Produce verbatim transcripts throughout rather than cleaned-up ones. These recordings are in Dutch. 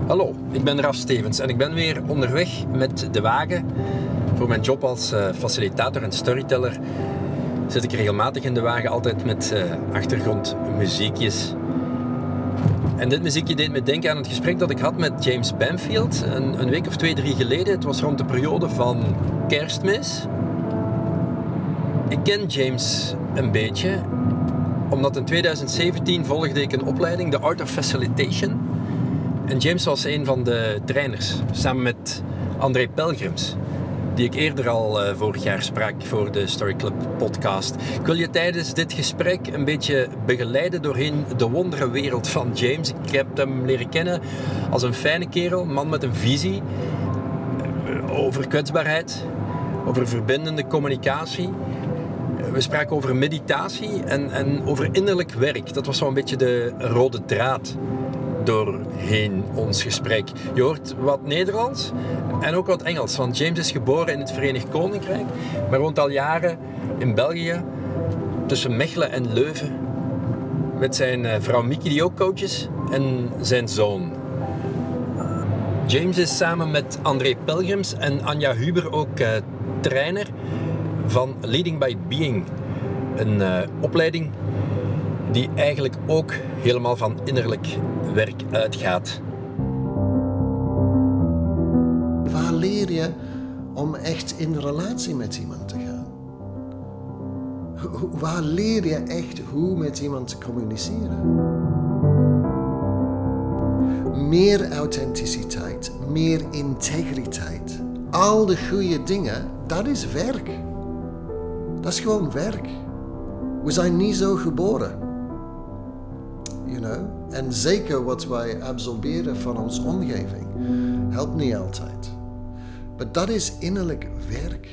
Hallo, ik ben Raf Stevens en ik ben weer onderweg met de wagen. Voor mijn job als uh, facilitator en storyteller zit ik regelmatig in de wagen, altijd met uh, achtergrondmuziekjes. En dit muziekje deed me denken aan het gesprek dat ik had met James Banfield een, een week of twee, drie geleden. Het was rond de periode van Kerstmis. Ik ken James een beetje, omdat in twintig zeventien volgde ik een opleiding, The Art of Facilitation. En James was een van de trainers, samen met André Pelgrims, die ik eerder al uh, vorig jaar sprak voor de Story Club podcast. Ik wil je tijdens dit gesprek een beetje begeleiden doorheen de wondere wereld van James. Ik heb hem leren kennen als een fijne kerel, een man met een visie over kwetsbaarheid, over verbindende communicatie. We spraken over meditatie en, en over innerlijk werk. Dat was zo'n beetje de rode draad doorheen ons gesprek. Je hoort wat Nederlands en ook wat Engels, want James is geboren in het Verenigd Koninkrijk, maar woont al jaren in België, tussen Mechelen en Leuven, met zijn vrouw Mieke, die ook coach is, en zijn zoon. James is samen met André Pelgrims en Anja Huber ook uh, trainer van Leading by Being, een uh, opleiding die eigenlijk ook helemaal van innerlijk werk uitgaat. Waar leer je om echt in relatie met iemand te gaan? Waar leer je echt hoe met iemand te communiceren? Meer authenticiteit, meer integriteit. Al de goede dingen, dat is werk. Dat is gewoon werk. We zijn niet zo geboren. You know? En zeker wat wij absorberen van onze omgeving helpt niet altijd. Maar dat is innerlijk werk.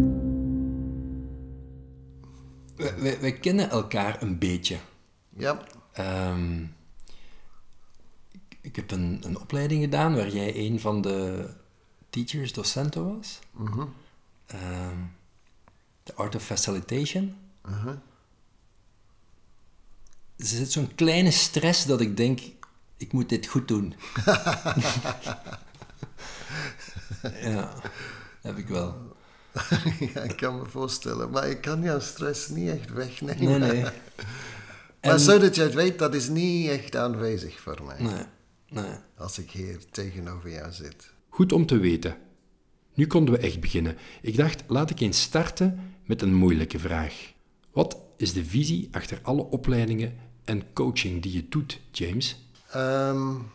Wij, wij kennen elkaar een beetje. Ja. Um, ik, ik heb een, een opleiding gedaan waar jij een van de teachers, docenten was. Mm-hmm. Um, The Art of Facilitation. Uh-huh. Er zit zo'n kleine stress dat ik denk, ik moet dit goed doen. Ja, heb ik wel. Ja, ik kan me voorstellen. Maar ik kan jouw stress niet echt wegnemen. Nee, nee. Maar En... zodat je het weet, dat is niet echt aanwezig voor mij. Nee, nee. Als ik hier tegenover jou zit. Goed om te weten. Nu konden we echt beginnen. Ik dacht, laat ik eens starten met een moeilijke vraag. Wat is de visie achter alle opleidingen en coaching die je doet, James? Um,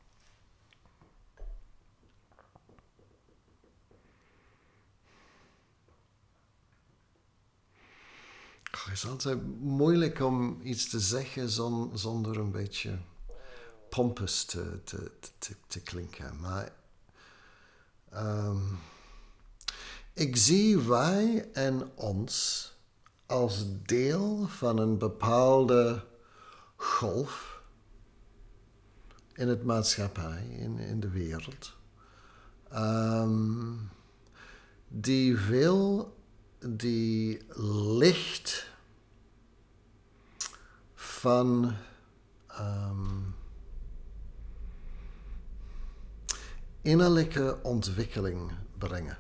het is altijd moeilijk om iets te zeggen zon, zonder een beetje pompous te, te, te, te klinken. Maar um, ik zie wij en ons als deel van een bepaalde golf in het maatschappij, in, in de wereld, um, die wil die licht van um, innerlijke ontwikkeling brengen.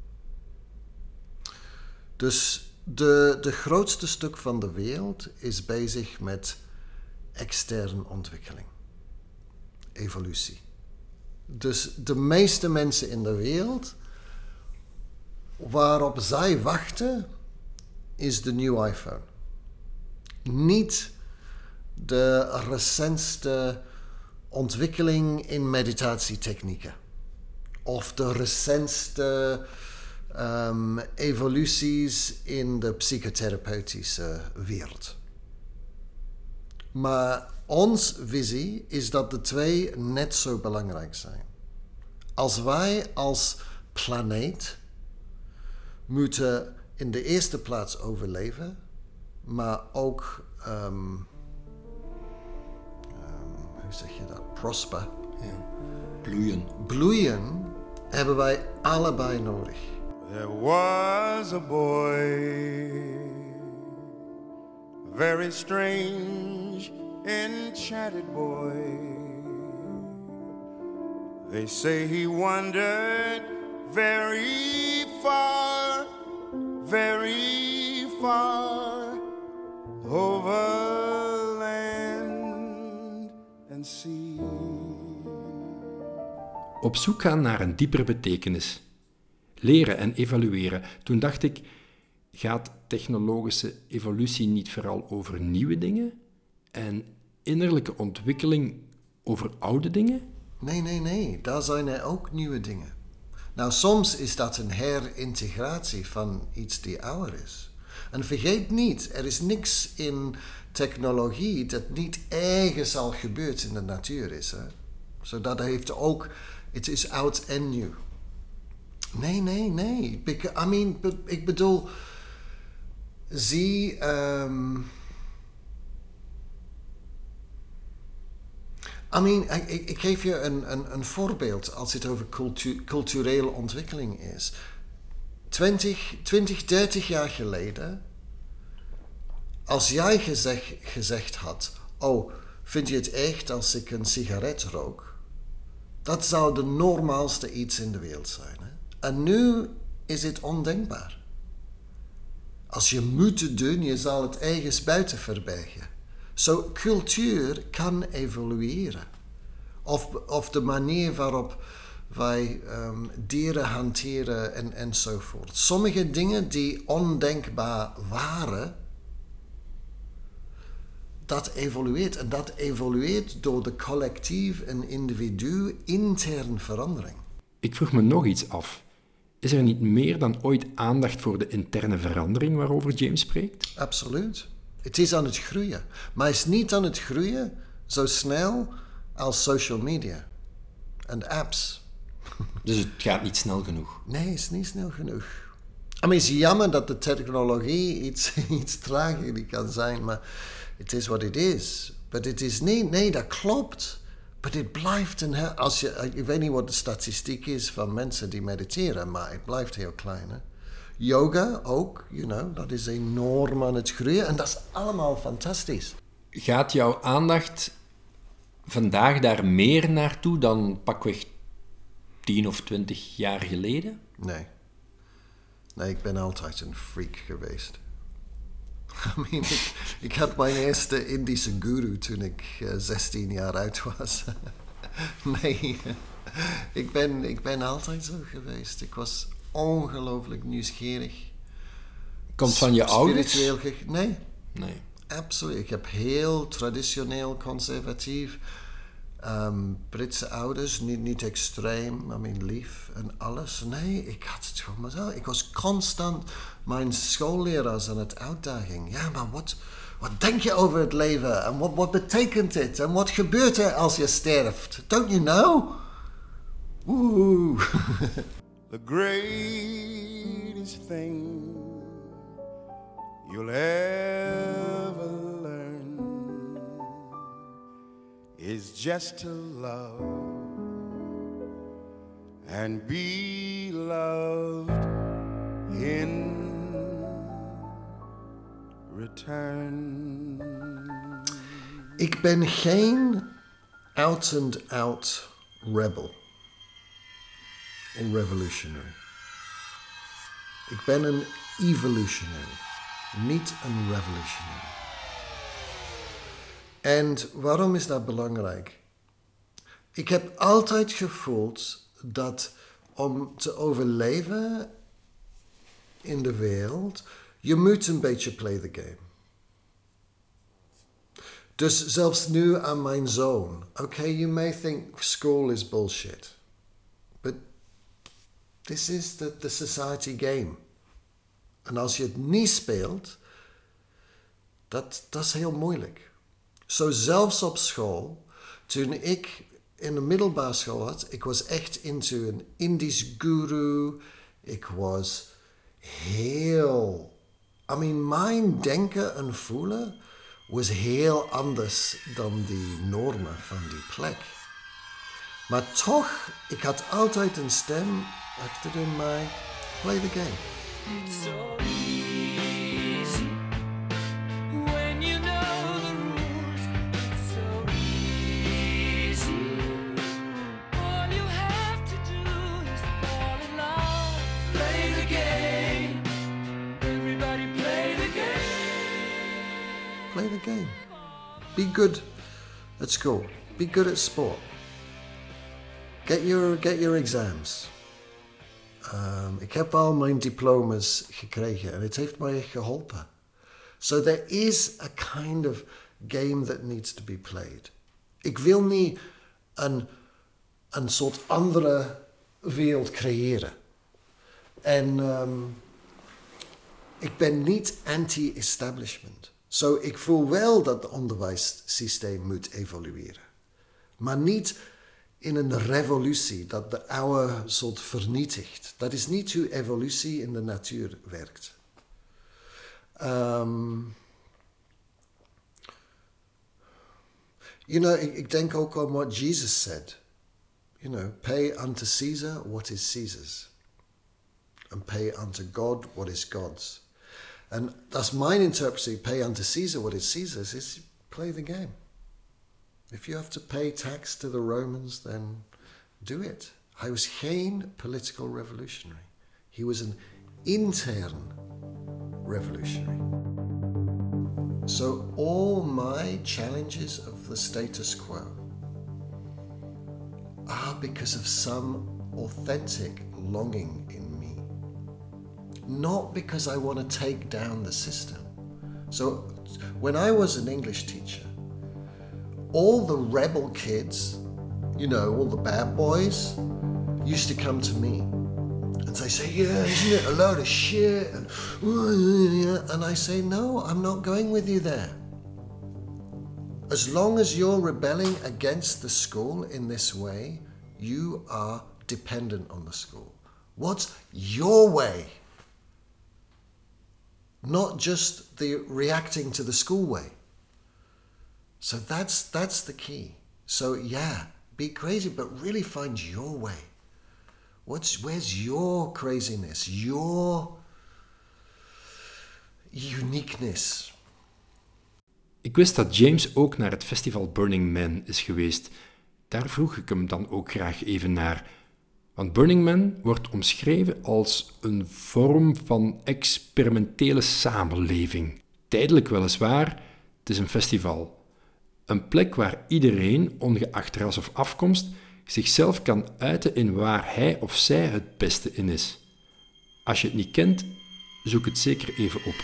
Dus de, de grootste stuk van de wereld is bezig met externe ontwikkeling, evolutie. Dus de meeste mensen in de wereld, waarop zij wachten, is de nieuwe iPhone. Niet de recentste ontwikkeling in meditatietechnieken. Of de recentste um, evoluties in de psychotherapeutische wereld. Maar onze visie is dat de twee net zo belangrijk zijn. Als wij als planeet moeten in de eerste plaats overleven, maar ook, um, um, hoe zeg je dat, prosper. Ja. Bloeien. Bloeien hebben wij allebei nodig. There was a boy, very strange, enchanted boy. They say he wandered very far, very far over land and sea. Op zoek gaan naar een diepere betekenis. Leren en evalueren. Toen dacht ik, gaat technologische evolutie niet vooral over nieuwe dingen? En innerlijke ontwikkeling over oude dingen? Nee, nee, nee. Daar zijn er ook nieuwe dingen. Nou, soms is dat een herintegratie van iets die ouder is. En vergeet niet, er is niks in technologie dat niet ergens al gebeurd in de natuur is. Hè? So dat heeft ook, het is oud en nieuw. Nee, nee, nee. I mean, ik bedoel, zie... Um, I mean, ik, ik geef je een, een, een voorbeeld als het over cultu- culturele ontwikkeling is. twintig, twintig, dertig jaar geleden, als jij gezegd, gezegd had, oh, vind je het echt als ik een sigaret rook? Dat zou de normaalste iets in de wereld zijn. Hè? En nu is het ondenkbaar. Als je moet doen, je zal het ergens buiten verbergen. Zo, cultuur kan evolueren. Of, of de manier waarop wij um, dieren hanteren en, enzovoort. Sommige dingen die ondenkbaar waren, dat evolueert. En dat evolueert door de collectief en individu intern verandering. Ik vroeg me nog iets af. Is er niet meer dan ooit aandacht voor de interne verandering waarover James spreekt? Absoluut. Het is aan het groeien. Maar het is niet aan het groeien zo snel als social media en apps. Dus het gaat niet snel genoeg? Nee, het is niet snel genoeg. I mean, het is jammer dat de technologie iets, iets trager kan zijn, maar het is wat het is. Maar het is niet, nee, dat klopt. Maar het blijft een heel, als je, ik weet niet wat de statistiek is van mensen die mediteren, maar het blijft heel klein. Hè? Yoga ook, you know, dat is enorm aan het groeien en dat is allemaal fantastisch. Gaat jouw aandacht vandaag daar meer naartoe dan pakweg tien of twintig jaar geleden? Nee. Nee, ik ben altijd een freak geweest. I mean, ik, ik had mijn eerste Indische guru toen ik uh, zestien jaar oud was. Nee, ik ben, ik ben altijd zo geweest. Ik was ongelooflijk nieuwsgierig. Komt van je ouders? Spiritueel ge- Nee. Nee. Absoluut. Ik heb heel traditioneel, conservatief, um, Britse ouders, niet, niet extreem, I mean lief en alles. Nee, ik had het gewoon maar zo. Ik was constant mijn schoolleraars aan het uitdaging. Ja, maar wat, wat denk je over het leven? En wat, wat betekent dit? En wat gebeurt er als je sterft? Don't you know? Oeh. The greatest thing you'll ever learn is just to love and be loved in return. Ik ben geen out-and-out rebel. Een revolutionary. Ik ben een evolutionary, niet een revolutionary. En waarom is dat belangrijk? Ik heb altijd gevoeld dat om te overleven in de wereld, je moet een beetje play the game. Dus zelfs nu aan mijn zoon. Okay, you may think school is bullshit. But this is the, the society game. En als je het niet speelt, dat, dat is heel moeilijk. Zo zelfs op school, toen ik in de middelbare school had, ik was echt into een Indisch guru. Ik was heel... I mean, mijn denken en voelen was heel anders dan die normen van die plek. Maar toch, ik had altijd een stem achterin mij. Play the game. It's so easy when you know the rules. It's so easy. All you have the game. Be good at school. Be good at sport. Get your, get your exams. Um, ik heb al mijn diploma's gekregen en het heeft mij geholpen. So there is a kind of game that needs to be played. Ik wil niet een, een soort andere wereld creëren. En um, ik ben niet anti-establishment. So ik voel wel dat het onderwijssysteem moet evolueren. Maar niet in een revolutie dat de oude soort vernietigt. Dat is niet hoe evolutie in de natuur werkt. Um, you know, ik, ik denk ook aan wat Jesus said. You know, pay unto Caesar what is Caesar's. And pay unto God what is God's. And that's my interpretation. Pay unto Caesar what is Caesar's is play the game. If you have to pay tax to the Romans, then do it. Hij was geen political revolutionary. He was an intern revolutionary. So all my challenges of the status quo are because of some authentic longing in me. Not because I want to take down the system. So when I was an English teacher, all the rebel kids, you know, all the bad boys, used to come to me. And they say, yeah, isn't it a load of shit? And, and I say, no, I'm not going with you there. As long as you're rebelling against the school in this way, you are dependent on the school. What's your way? Not just the reacting to the school way. So that's that's the key. So yeah, be crazy, but really find your way. What's where's your craziness, your uniqueness? Ik wist dat James ook naar het festival Burning Man is geweest. Daar vroeg ik hem dan ook graag even naar. Want Burning Man wordt omschreven als een vorm van experimentele samenleving. Tijdelijk weliswaar, het is een festival. Een plek waar iedereen, ongeacht ras of afkomst, zichzelf kan uiten in waar hij of zij het beste in is. Als je het niet kent, zoek het zeker even op.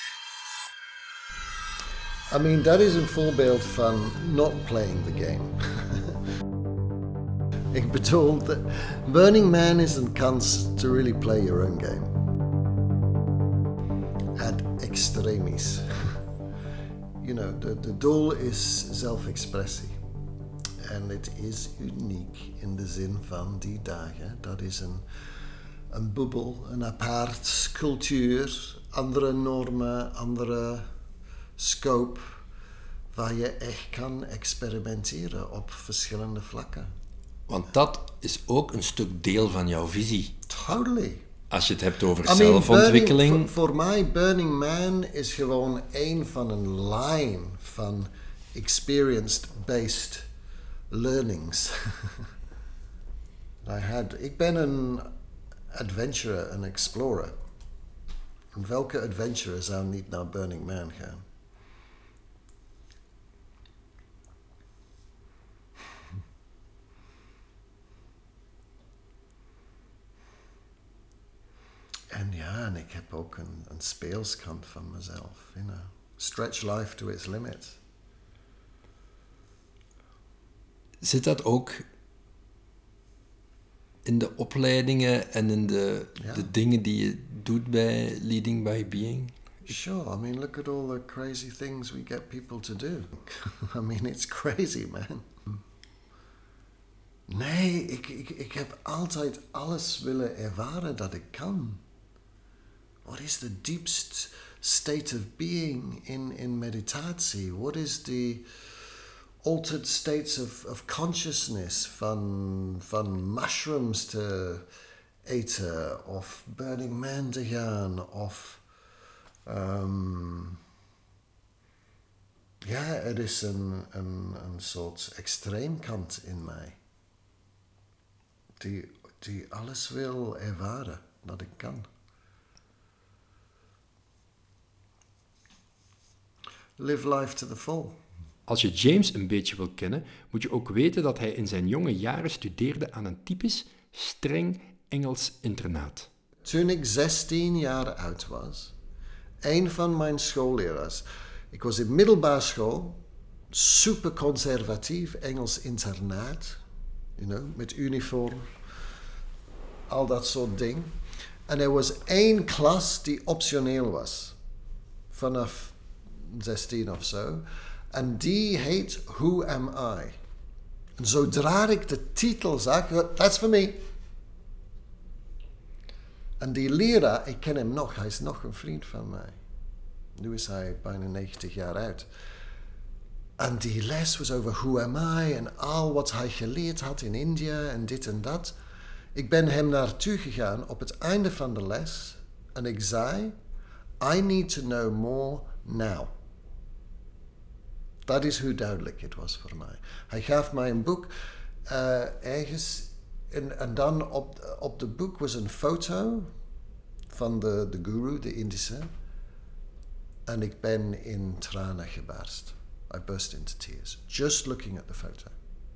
I mean, dat is een voorbeeld van not playing the game. Ik bedoel, that Burning Man is een kans to really play your own game. Ad extremis. You know, de, de doel is zelfexpressie. En het is uniek in de zin van die dagen. Dat is een, een bubbel, een apart cultuur, andere normen, andere scope, waar je echt kan experimenteren op verschillende vlakken. Want dat is ook een stuk deel van jouw visie. Totally. Als je het hebt over I mean, zelfontwikkeling. Burning, voor, voor mij, Burning Man is gewoon een van een lijn van experience-based learnings. I had, ik ben een adventurer, een explorer. En welke adventurer zou niet naar Burning Man gaan? En ja, en ik heb ook een, een speelskant van mezelf. You know. Stretch life to its limit. Zit dat ook in de opleidingen en in de, Ja. de dingen die je doet bij Leading by Being? Sure, I mean, look at all the crazy things we get people to do. I mean, it's crazy, man. Nee, ik, ik, ik heb altijd alles willen ervaren dat ik kan. What is the deepest state of being in, in meditatie? What is the altered states of, of consciousness van, van mushrooms te eten of Burning Man te gaan of... Um, ja, er is een, een, een soort extreemkant in mij. Die, die alles wil ervaren dat ik kan. live life to the full. Als je James een beetje wil kennen, moet je ook weten dat hij in zijn jonge jaren studeerde aan een typisch streng Engels internaat. Toen ik zestien jaar oud was, een van mijn schoolleraars, ik was in middelbare school, super conservatief Engels internaat, you know, met uniform, al dat soort ding. En er was één klas die optioneel was, vanaf zestien of zo. En die heet Who Am I? En zodra ik de titel zag, that's for me. En die leraar, ik ken hem nog, hij is nog een vriend van mij. Nu is hij bijna negentig jaar oud. En die les was over Who Am I en al wat hij geleerd had in India en dit en dat. Ik ben hem naartoe gegaan op het einde van de les en ik zei, I need to know more now. Dat is hoe duidelijk het was voor mij. Hij gaf mij een boek uh, ergens en, en dan op, op de boek was een foto van de, de guru, de Indische. En ik ben in tranen gebarst. I burst into tears, just looking at the photo.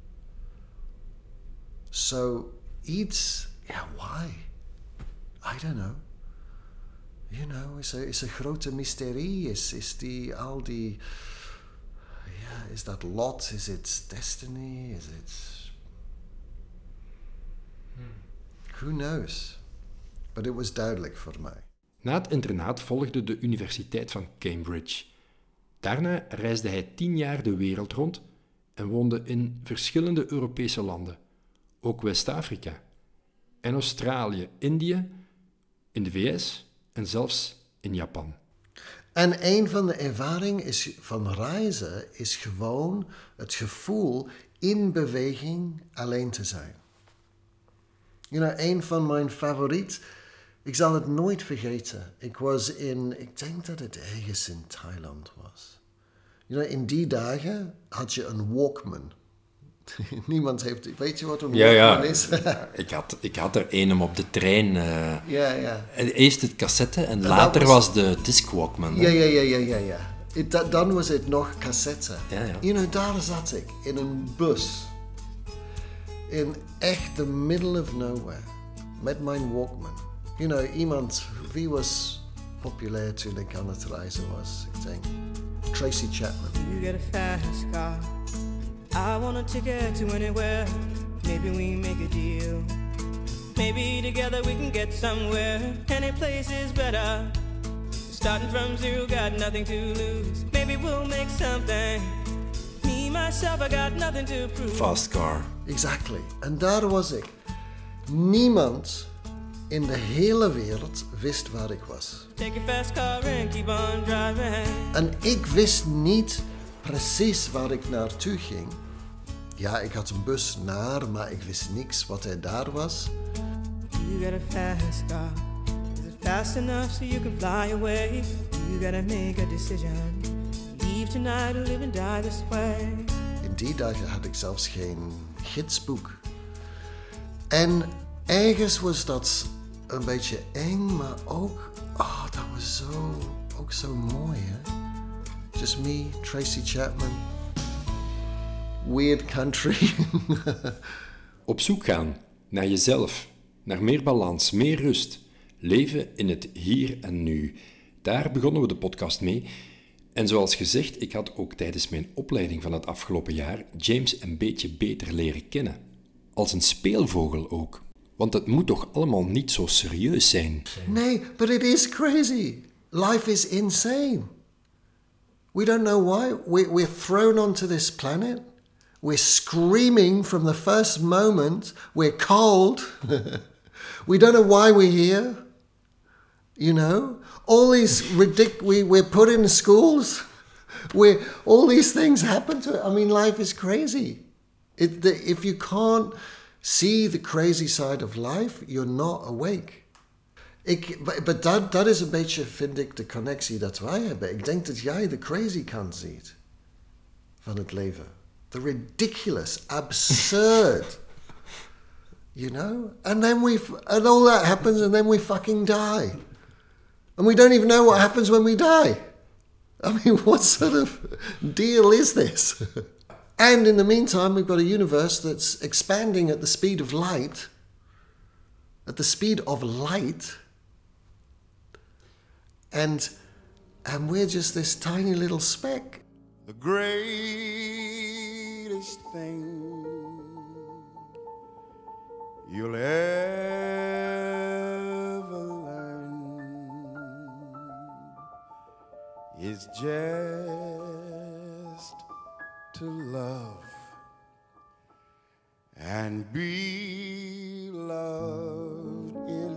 So, iets, yeah, why? I don't know. You know, is een, is een grote mysterie. Is, is die, al die, yeah, is dat lot? Is it destiny? Is it... Who knows? But it was duidelijk voor mij. Na het internaat volgde de Universiteit van Cambridge. Daarna reisde hij tien jaar de wereld rond en woonde in verschillende Europese landen, ook West-Afrika, en Australië, Indië, in de V S en zelfs in Japan. En een van de ervaringen is, van reizen is gewoon het gevoel in beweging alleen te zijn. You know, een van mijn favoriet, ik zal het nooit vergeten. Ik was in, ik denk dat het ergens in Thailand was. You know, in die dagen had je een Walkman. Niemand heeft, weet je wat een Ja, Walkman ja. is? ik, had, ik had er een om op de trein. eh, ja, ja. Eerst het cassette en dat later was- was de disc Walkman. hè? Ja, ja, ja, ja, ja, ja. Het- da- dan was het nog cassette. Ja, ja. You know, daar zat ik, in een bus. In echt the middle of nowhere. Met mijn Walkman. You know, iemand, wie was populair toen ik aan het reizen was? Ik denk, Tracy Chapman. You get a fast car. I want a ticket to anywhere. Maybe we make a deal. Maybe together we can get somewhere. Any place is better. Starting from zero, got nothing to lose. Maybe we'll make something. Me, myself, I got nothing to prove. Fast car. Exactly. En daar was ik. Niemand in de hele wereld wist waar ik was. Take a fast car and keep on driving. En ik wist niet precies waar ik naartoe ging. Ja, ik had een bus naar, maar ik wist niks wat er daar was. You got a fast car. Is it fast enough so you can fly away? You gotta make a decision. Leave tonight or live and die this way. In die dagen had ik zelfs geen gidsboek. En ergens was dat een beetje eng, maar ook, oh, dat was zo, ook zo mooi, hè? Just me, Tracy Chapman. Weird country. Op zoek gaan naar jezelf, naar meer balans, meer rust. Leven in het hier en nu. Daar begonnen we de podcast mee. En zoals gezegd, ik had ook tijdens mijn opleiding van het afgelopen jaar James een beetje beter leren kennen. Als een speelvogel ook. Want het moet toch allemaal niet zo serieus zijn. Nee, but it is crazy. Life is insane. We don't know why. We, we're thrown onto this planet. We're screaming from the first moment. We're cold. We don't know why we're here. You know? All these ridic- we, we're put in schools. We're, all these things happen to I mean, life is crazy. It, the, if you can't see the crazy side of life, you're not awake. Ik, maar dat, dat is een beetje, vind ik, de connectie dat wij hebben. Ik denk dat jij de crazy kant ziet van het leven. The ridiculous, absurd. You know? And then we, and all that happens and then we fucking die. And we don't even know what happens when we die. I mean, what sort of deal is this? And in the meantime, we've got a universe that's expanding at the speed of light. At the speed of light. And, and we're just this tiny little speck. The greatest thing you'll ever learn is just to love and be loved in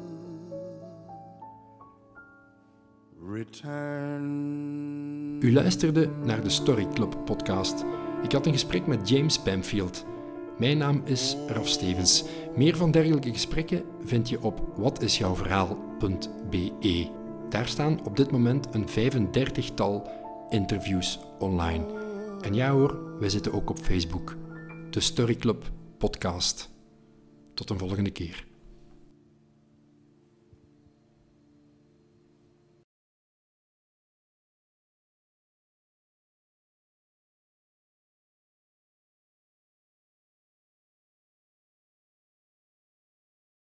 return. U luisterde naar de Story Club podcast. Ik had een gesprek met James Bamfield. Mijn naam is Raf Stevens. Meer van dergelijke gesprekken vind je op watisjouwverhaal punt be. Daar staan op dit moment een vijfendertigtal interviews online. En ja hoor, wij zitten ook op Facebook. De Story Club podcast. Tot een volgende keer.